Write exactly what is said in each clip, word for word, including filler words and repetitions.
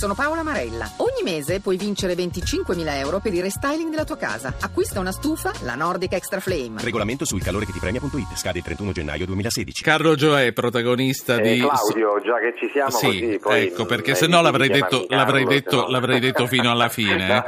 sono Paola Marella. Ogni mese puoi vincere venticinquemila euro per il restyling della tua casa. Acquista una stufa, la Nordic Extra Flame. Regolamento sul calore che ti premia punto it. Scade il trentuno gennaio duemilasedici. Carlo Gioè, protagonista eh, di... Claudio, già che ci siamo sì, così... Poi ecco, perché se no l'avrei detto, l'avrei, detto, l'avrei detto fino alla fine. No,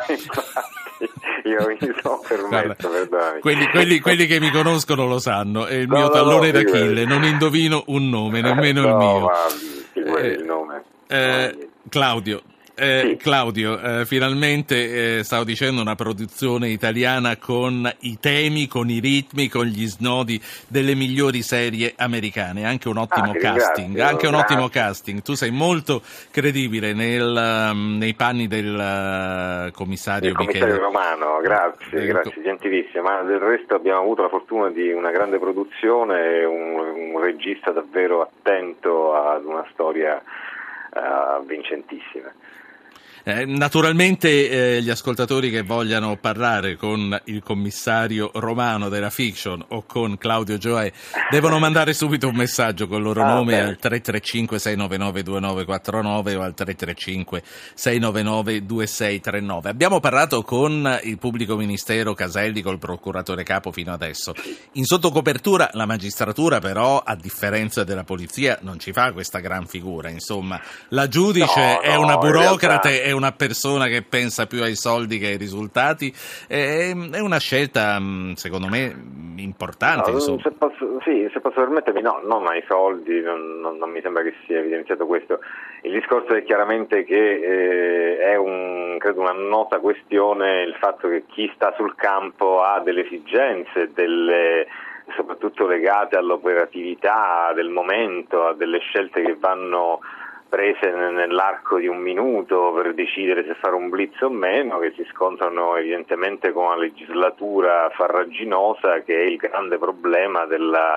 io mi sono permesso, perdonami. Quelli, quelli, quelli che mi conoscono lo sanno, è il no, mio no, tallone no, d'Achille, non indovino un nome, nemmeno no, il mio. Ma, eh, il nome. Eh, Claudio, eh, sì. Claudio eh, finalmente eh, stavo dicendo una produzione italiana con i temi, con i ritmi, con gli snodi delle migliori serie americane, anche un ottimo ah, casting, anche un grazie. ottimo casting. Tu sei molto credibile nel, um, nei panni del uh, commissario Il commissario Michele Romano, grazie, eh, grazie, gentilissimo. Ma del resto abbiamo avuto la fortuna di una grande produzione e un, un regista davvero attento ad una storia uh, vincentissima. Eh, naturalmente eh, gli ascoltatori che vogliano parlare con il commissario Romano della fiction o con Claudio Gioè devono mandare subito un messaggio con il loro ah, nome beh. al tre tre cinque sei nove nove due nove quattro nove o al tre tre cinque sei nove nove due sei tre nove. Abbiamo parlato con il pubblico ministero Caselli, col procuratore capo fino adesso. In sottocopertura la magistratura però, a differenza della polizia, non ci fa questa gran figura, insomma. La giudice no, è no, una burocrate, realtà... è una persona che pensa più ai soldi che ai risultati, è, è una scelta secondo me importante. No, insomma. Se posso, sì, se posso permettermi, no, non ai soldi, non, non, non mi sembra che sia evidenziato questo. Il discorso è chiaramente che eh, è un, credo una nota questione il fatto che chi sta sul campo ha delle esigenze, delle, soprattutto legate all'operatività del momento, a delle scelte che vanno prese nell'arco di un minuto per decidere se fare un blitz o meno, che si scontrano evidentemente con una legislatura farraginosa che è il grande problema della,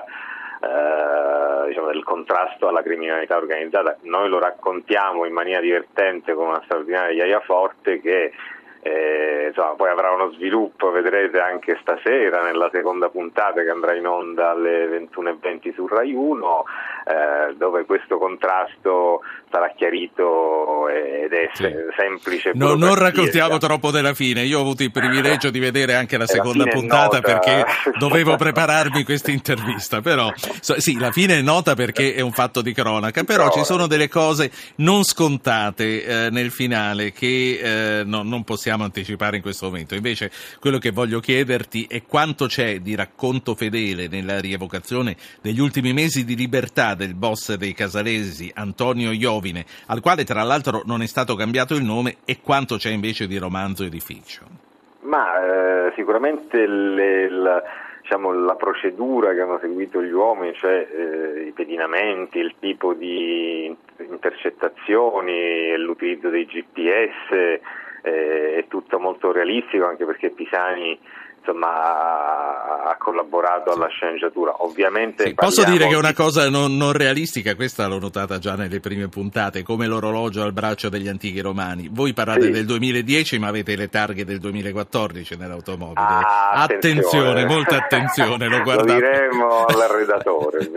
eh, diciamo, del contrasto alla criminalità organizzata. Noi lo raccontiamo in maniera divertente con una straordinaria Iaia Forte che Eh, insomma, poi avrà uno sviluppo, vedrete anche stasera nella seconda puntata che andrà in onda alle ventuno e venti su Rai uno, eh, dove questo contrasto sarà chiarito ed è sì. semplice. No, non raccontiamo troppo della fine. Io ho avuto il privilegio di vedere anche la seconda la puntata perché nota. dovevo prepararmi questa intervista, però so, sì, la fine è nota perché è un fatto di cronaca, però ci sono delle cose non scontate eh, nel finale che eh, no, non possiamo anticipare in questo momento. Invece quello che voglio chiederti è quanto c'è di racconto fedele nella rievocazione degli ultimi mesi di libertà del boss dei casalesi Antonio Iovine, al quale tra l'altro non è stato cambiato il nome, e quanto c'è invece di romanzo e di fiction. Ma eh, sicuramente le, la, diciamo, la procedura che hanno seguito gli uomini, cioè eh, i pedinamenti, il tipo di intercettazioni, l'utilizzo dei G P S, è tutto molto realistico, anche perché Pisani insomma ha collaborato alla sceneggiatura. Ovviamente sì, posso dire che è una di... cosa non, non realistica, questa l'ho notata già nelle prime puntate, come l'orologio al braccio degli antichi romani. Voi parlate sì. del duemiladieci, ma avete le targhe del duemilaquattordici nell'automobile. Ah, attenzione. attenzione, molta attenzione, lo guardate. Lo diremo all'arredatore.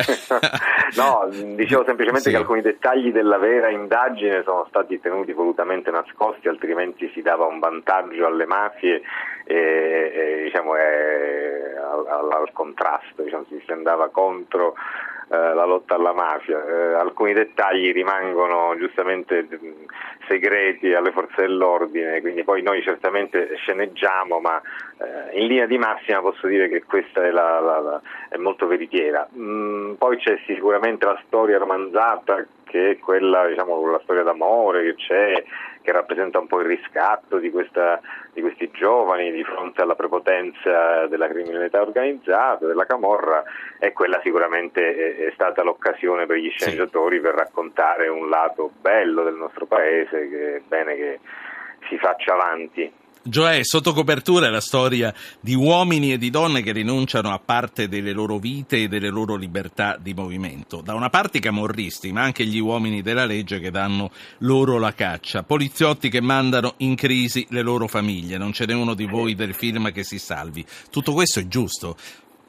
No, dicevo semplicemente sì. che alcuni dettagli della vera indagine sono stati tenuti volutamente nascosti, altrimenti si dava un vantaggio alle mafie e, e diciamo è, al, al contrasto, diciamo, si andava contro eh, la lotta alla mafia. Eh, alcuni dettagli rimangono giustamente segreti alle forze dell'ordine, quindi poi noi certamente sceneggiamo, ma eh, in linea di massima posso dire che questa è, la, la, la, è molto veritiera. Mm, poi c'è sicuramente la storia romanzata, che è quella, diciamo, la storia d'amore che c'è, che rappresenta un po' il riscatto di, questa, di questi giovani di fronte alla prepotenza della criminalità organizzata, della camorra, e quella sicuramente è, è stata l'occasione per gli sceneggiatori sì. per raccontare un lato bello del nostro paese, che è bene che si faccia avanti. Gioè, sotto copertura è la storia di uomini e di donne che rinunciano a parte delle loro vite e delle loro libertà di movimento. Da una parte i camorristi, ma anche gli uomini della legge che danno loro la caccia. Poliziotti che mandano in crisi le loro famiglie. Non ce n'è uno di voi del film che si salvi. Tutto questo è giusto?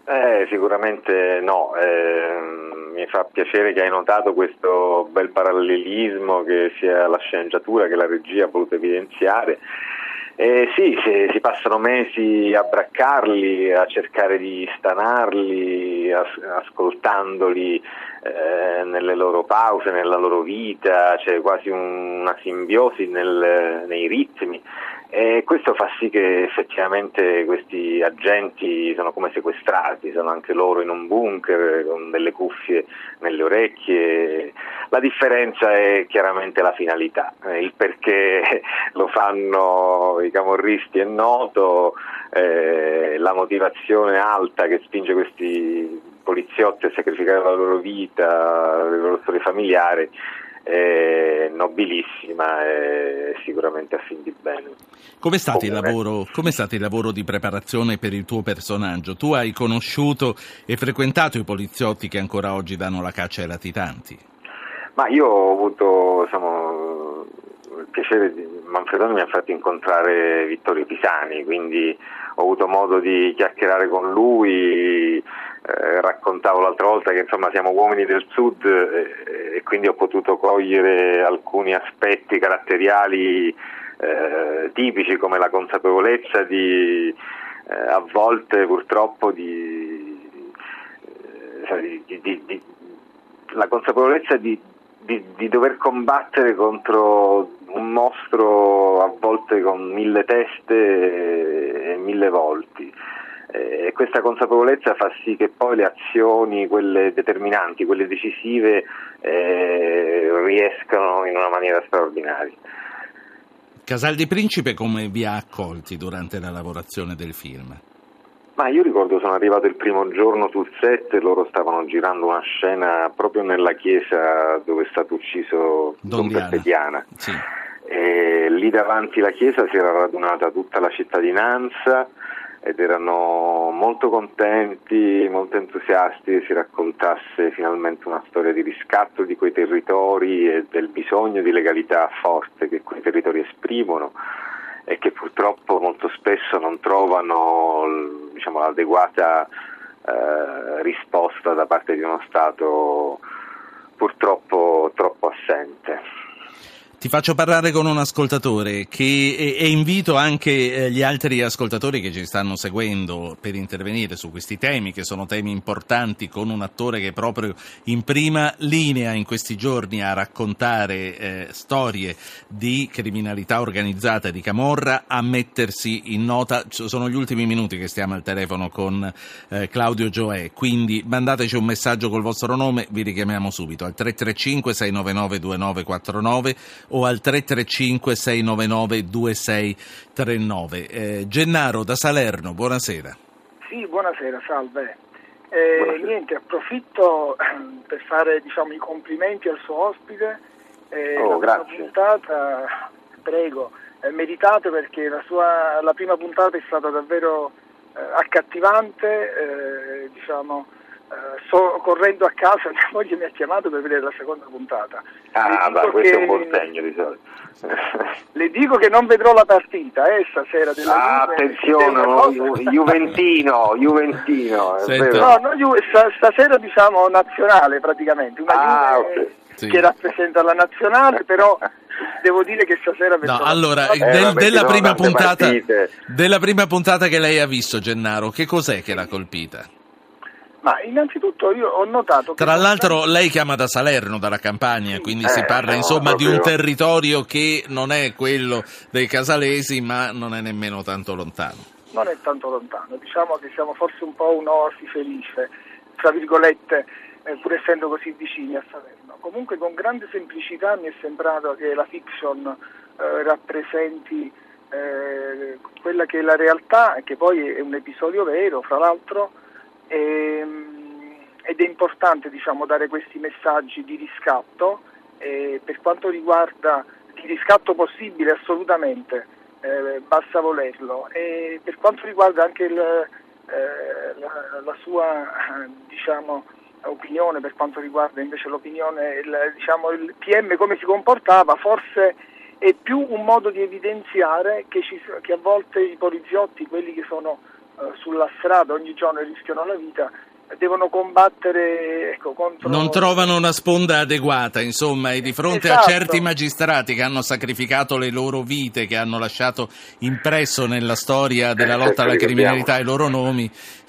Eh, sicuramente no, eh, mi fa piacere che hai notato questo bel parallelismo che sia la sceneggiatura che la regia ha voluto evidenziare. Eh, sì, si, si passano mesi a braccarli, a cercare di stanarli, as- ascoltandoli eh, nelle loro pause, nella loro vita, c'è quasi un- una simbiosi nel- nei ritmi. E questo fa sì che effettivamente questi agenti sono come sequestrati, sono anche loro in un bunker con delle cuffie nelle orecchie. La differenza è chiaramente la finalità, il perché lo fanno i camorristi è noto, eh, la motivazione alta che spinge questi poliziotti a sacrificare la loro vita, le loro storie familiari, è nobilissima e sicuramente a fin di bene. Come è stato il lavoro, come è stato il lavoro di preparazione per il tuo personaggio? Tu hai conosciuto e frequentato i poliziotti che ancora oggi danno la caccia ai latitanti? Ma io ho avuto diciamo, il piacere di Manfredoni mi ha fatto incontrare Vittorio Pisani, quindi ho avuto modo di chiacchierare con lui. Eh, raccontavo l'altra volta che insomma siamo uomini del sud eh, e quindi ho potuto cogliere alcuni aspetti caratteriali eh, tipici, come la consapevolezza di eh, a volte purtroppo di, eh, di, di, di la consapevolezza di, di, di dover combattere contro un mostro a volte con mille teste e mille volti. E questa consapevolezza fa sì che poi le azioni, quelle determinanti, quelle decisive, eh, riescano in una maniera straordinaria. Casal di Principe come vi ha accolti durante la lavorazione del film? Ma io ricordo, sono arrivato il primo giorno sul set e loro stavano girando una scena proprio nella chiesa dove è stato ucciso Don Peppe Diana. Sì. E lì davanti alla chiesa si era radunata tutta la cittadinanza ed erano molto contenti, molto entusiasti che si raccontasse finalmente una storia di riscatto di quei territori e del bisogno di legalità forte che quei territori esprimono e che purtroppo molto spesso non trovano, diciamo, l'adeguata eh, risposta da parte di uno Stato purtroppo troppo assente. Ti faccio parlare con un ascoltatore che, e, e invito anche gli altri ascoltatori che ci stanno seguendo per intervenire su questi temi, che sono temi importanti, con un attore che è proprio in prima linea in questi giorni a raccontare eh, storie di criminalità organizzata e di camorra, a mettersi in nota. Sono gli ultimi minuti che stiamo al telefono con eh, Claudio Gioè, quindi mandateci un messaggio col vostro nome, vi richiamiamo subito al tre tre cinque sei nove nove due nove quattro nove o al tre tre cinque sei nove nove due sei tre nove. Eh, Gennaro da Salerno, buonasera. Sì, buonasera, salve. Eh, buonasera. Niente, approfitto per fare diciamo i complimenti al suo ospite. Eh, oh, la grazie. prima puntata, prego, è meritate perché la sua la prima puntata è stata davvero eh, accattivante, eh, diciamo. So, correndo a casa mia moglie mi ha chiamato per vedere la seconda puntata. Ah, beh, questo che... è un buon segno di solito. Le dico che non vedrò la partita eh, stasera della ah, Juve. attenzione, no, Juventino, Juventino. È vero. No, no, Ju- stasera diciamo nazionale praticamente, una ah, Juve okay. sì. che rappresenta la nazionale, però devo dire che stasera vedrò. No, allora, eh, del, vabbè, della prima puntata partite. della prima puntata che lei ha visto, Gennaro, che cos'è che l'ha colpita? Ma innanzitutto io ho notato che... Tra l'altro lei chiama da Salerno, dalla Campania, quindi eh, si parla no, insomma proprio... di un territorio che non è quello dei casalesi, ma non è nemmeno tanto lontano. Non è tanto lontano, diciamo che siamo forse un po' un'oasi felice, tra virgolette, eh, pur essendo così vicini a Salerno. Comunque con grande semplicità mi è sembrato che la fiction eh, rappresenti eh, quella che è la realtà, che poi è un episodio vero, fra l'altro, ed è importante diciamo dare questi messaggi di riscatto eh, per quanto riguarda di riscatto possibile assolutamente eh, basta volerlo e per quanto riguarda anche il, eh, la, la sua diciamo opinione per quanto riguarda invece l'opinione il, diciamo il P M come si comportava, forse è più un modo di evidenziare che, ci, che a volte i poliziotti, quelli che sono eh, sulla strada ogni giorno e rischiano la vita, devono combattere, ecco, contro... Non trovano una sponda adeguata, insomma, e di fronte esatto. a certi magistrati che hanno sacrificato le loro vite, che hanno lasciato impresso nella storia della lotta alla criminalità i loro nomi,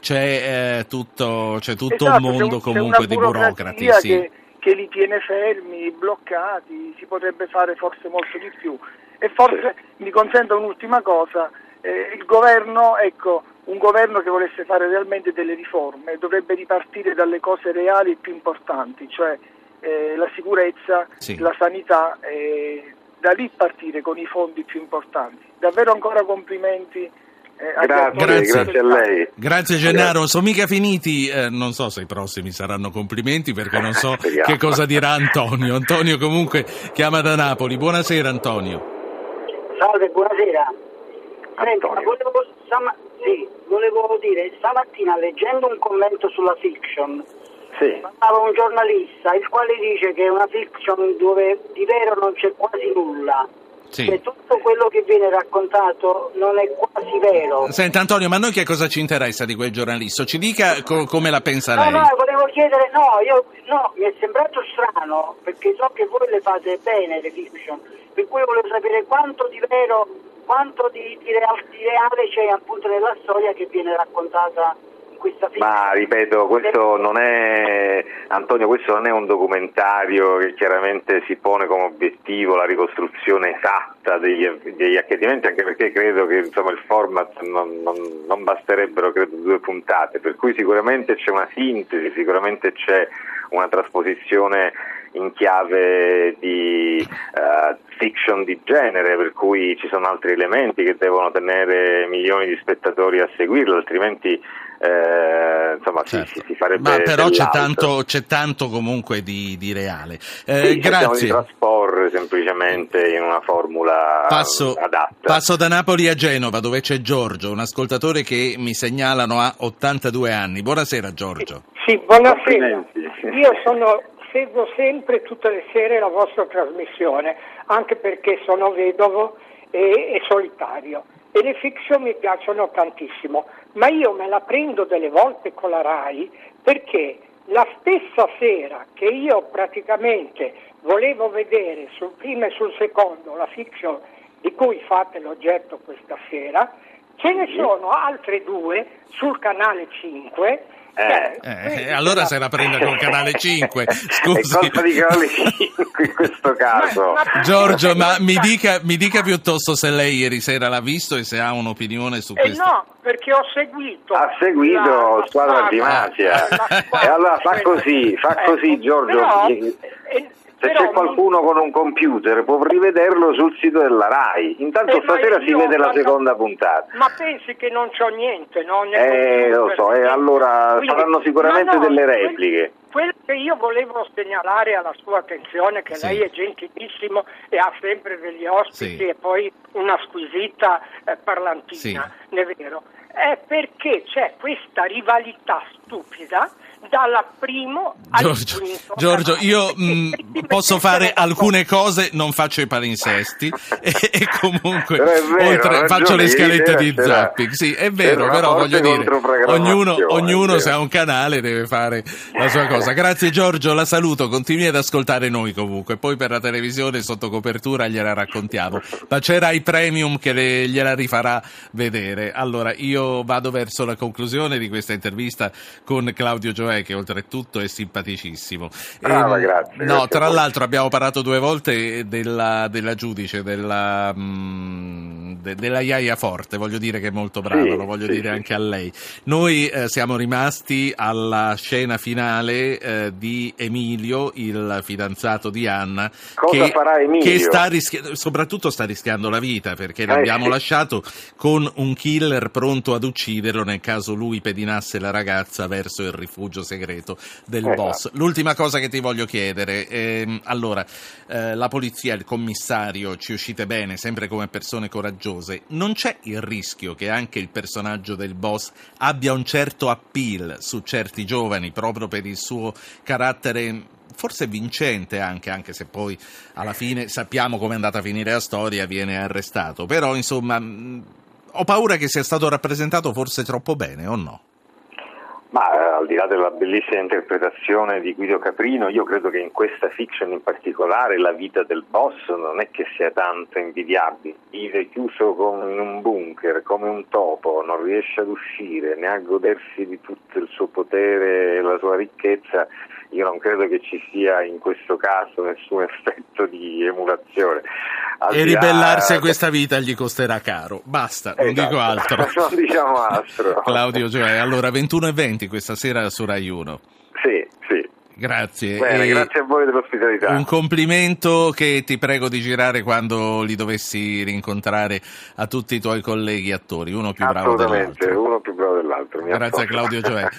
c'è eh, tutto, c'è tutto esatto, un mondo c'è un, comunque c'è di burocrati. Sì. Che, che li tiene fermi, bloccati, si potrebbe fare forse molto di più. E forse, mi consento un'ultima cosa, eh, il governo, ecco, un governo che volesse fare realmente delle riforme dovrebbe ripartire dalle cose reali e più importanti, cioè eh, la sicurezza, sì. la sanità, eh, da lì partire con i fondi più importanti. Davvero ancora complimenti. Eh, grazie, grazie, grazie a lei. Grazie Gennaro, non sono mica finiti, eh, non so se i prossimi saranno complimenti perché non so che cosa dirà Antonio. Antonio comunque chiama da Napoli. Buonasera Antonio. Salve, buonasera. Senta, volevo, stama- sì, volevo dire, stamattina leggendo un commento sulla fiction, sì. parlava un giornalista il quale dice che è una fiction dove di vero non c'è quasi nulla. Sì. Che tutto quello che viene raccontato non è quasi vero. Senta Antonio, ma a noi che cosa ci interessa di quel giornalista? Ci dica co- come la pensa no, lei. No, no, volevo chiedere, no, io no, mi è sembrato strano, perché so che voi le fate bene le fiction, per cui volevo sapere quanto di vero, quanto di, di, real, di reale c'è appunto nella storia che viene raccontata. Ma ripeto, questo non è, Antonio, questo non è un documentario che chiaramente si pone come obiettivo la ricostruzione esatta degli, degli accadimenti, anche perché credo che insomma il format non, non, non basterebbero credo due puntate, per cui sicuramente c'è una sintesi, sicuramente c'è una trasposizione in chiave di uh, fiction di genere, per cui ci sono altri elementi che devono tenere milioni di spettatori a seguirlo, altrimenti Eh, insomma certo. si, si farebbe ma però c'è dell'altro. tanto, c'è tanto comunque di, di reale. Eh, sì, grazie. Di trasporre semplicemente in una formula passo, adatta. Passo da Napoli a Genova dove c'è Giorgio, un ascoltatore che mi segnalano ha ottantadue anni. Buonasera Giorgio. Sì, buonasera. Io sono seguo sempre tutte le sere la vostra trasmissione, anche perché sono vedovo e, e solitario. E le fiction mi piacciono tantissimo, ma io me la prendo delle volte con la RAI perché la stessa sera che io praticamente volevo vedere sul primo e sul secondo la fiction di cui fate l'oggetto questa sera, ce ne sono altre due sul canale cinque. Eh, eh, allora se la prende col canale cinque, scusi. È colpa di canale cinque in questo caso. Ma, ma Giorgio, ma mi dica, mi dica piuttosto se lei ieri sera l'ha visto e se ha un'opinione su eh questo. No, perché ho seguito. Ha seguito la, la squadra di mafia. E allora fa così, fa così Giorgio. Però, eh, Se c'è qualcuno non... con un computer può rivederlo sul sito della RAI. Intanto eh, stasera si vede la seconda puntata. Ma pensi che non c'ho niente, no? Eh, lo so, e eh, allora quindi, faranno sicuramente no, delle repliche. Quello che io volevo segnalare alla sua attenzione, che sì. lei è gentilissimo e ha sempre degli ospiti sì. e poi una squisita eh, parlantina, sì. è vero, è perché c'è questa rivalità stupida dalla primo Giorgio, al quinto. Giorgio, io mh, posso fare alcune cose, non faccio i palinsesti e, e comunque vero, oltre, faccio le scalette di zapping. Sì, è vero, però voglio dire, ognuno, ognuno se ha un canale deve fare la sua cosa. Grazie Giorgio, la saluto, continui ad ascoltare noi comunque, poi per la televisione sotto copertura gliela raccontiamo, ma c'è Rai Premium che le, gliela rifarà vedere. Allora, io vado verso la conclusione di questa intervista con Claudio Gioè, che oltretutto è simpaticissimo. Brava, e, grazie. No, grazie tra l'altro abbiamo parlato due volte della, della giudice, della, mh, de, della Iaia Forte, voglio dire che è molto brava, sì, lo voglio sì, dire sì. anche a lei. Noi eh, siamo rimasti alla scena finale eh, di Emilio, il fidanzato di Anna, Cosa che, farà Emilio? che sta rischi- soprattutto sta rischiando la vita, perché eh, l'abbiamo sì. lasciato con un killer pronto ad ucciderlo nel caso lui pedinasse la ragazza verso il rifugio segreto del eh, boss. L'ultima cosa che ti voglio chiedere, ehm, allora, eh, la polizia, il commissario, ci uscite bene, sempre come persone coraggiose, non c'è il rischio che anche il personaggio del boss abbia un certo appeal su certi giovani, proprio per il suo carattere forse vincente anche, anche se poi alla fine sappiamo come è andata a finire la storia, viene arrestato, però insomma... ho paura che sia stato rappresentato forse troppo bene, o no? Ma eh, al di là della bellissima interpretazione di Guido Caprino, io credo che in questa fiction in particolare la vita del boss non è che sia tanto invidiabile. Vive chiuso come in un bunker, come un topo, non riesce ad uscire, né a godersi di tutto il suo potere e la sua ricchezza. Io non credo che ci sia in questo caso nessun effetto di emulazione. Al e di là... ribellarsi a questa vita gli costerà caro. Basta, non esatto. dico altro. Non diciamo altro. Claudio Gioè, allora ventuno e venti questa sera su Rai uno. Sì, sì. Grazie. Bene, e grazie a voi dell'ospitalità. Un complimento che ti prego di girare quando li dovessi rincontrare a tutti i tuoi colleghi attori, uno più bravo dell'altro. Assolutamente, uno più bravo dell'altro. Grazie a Claudio Gioè.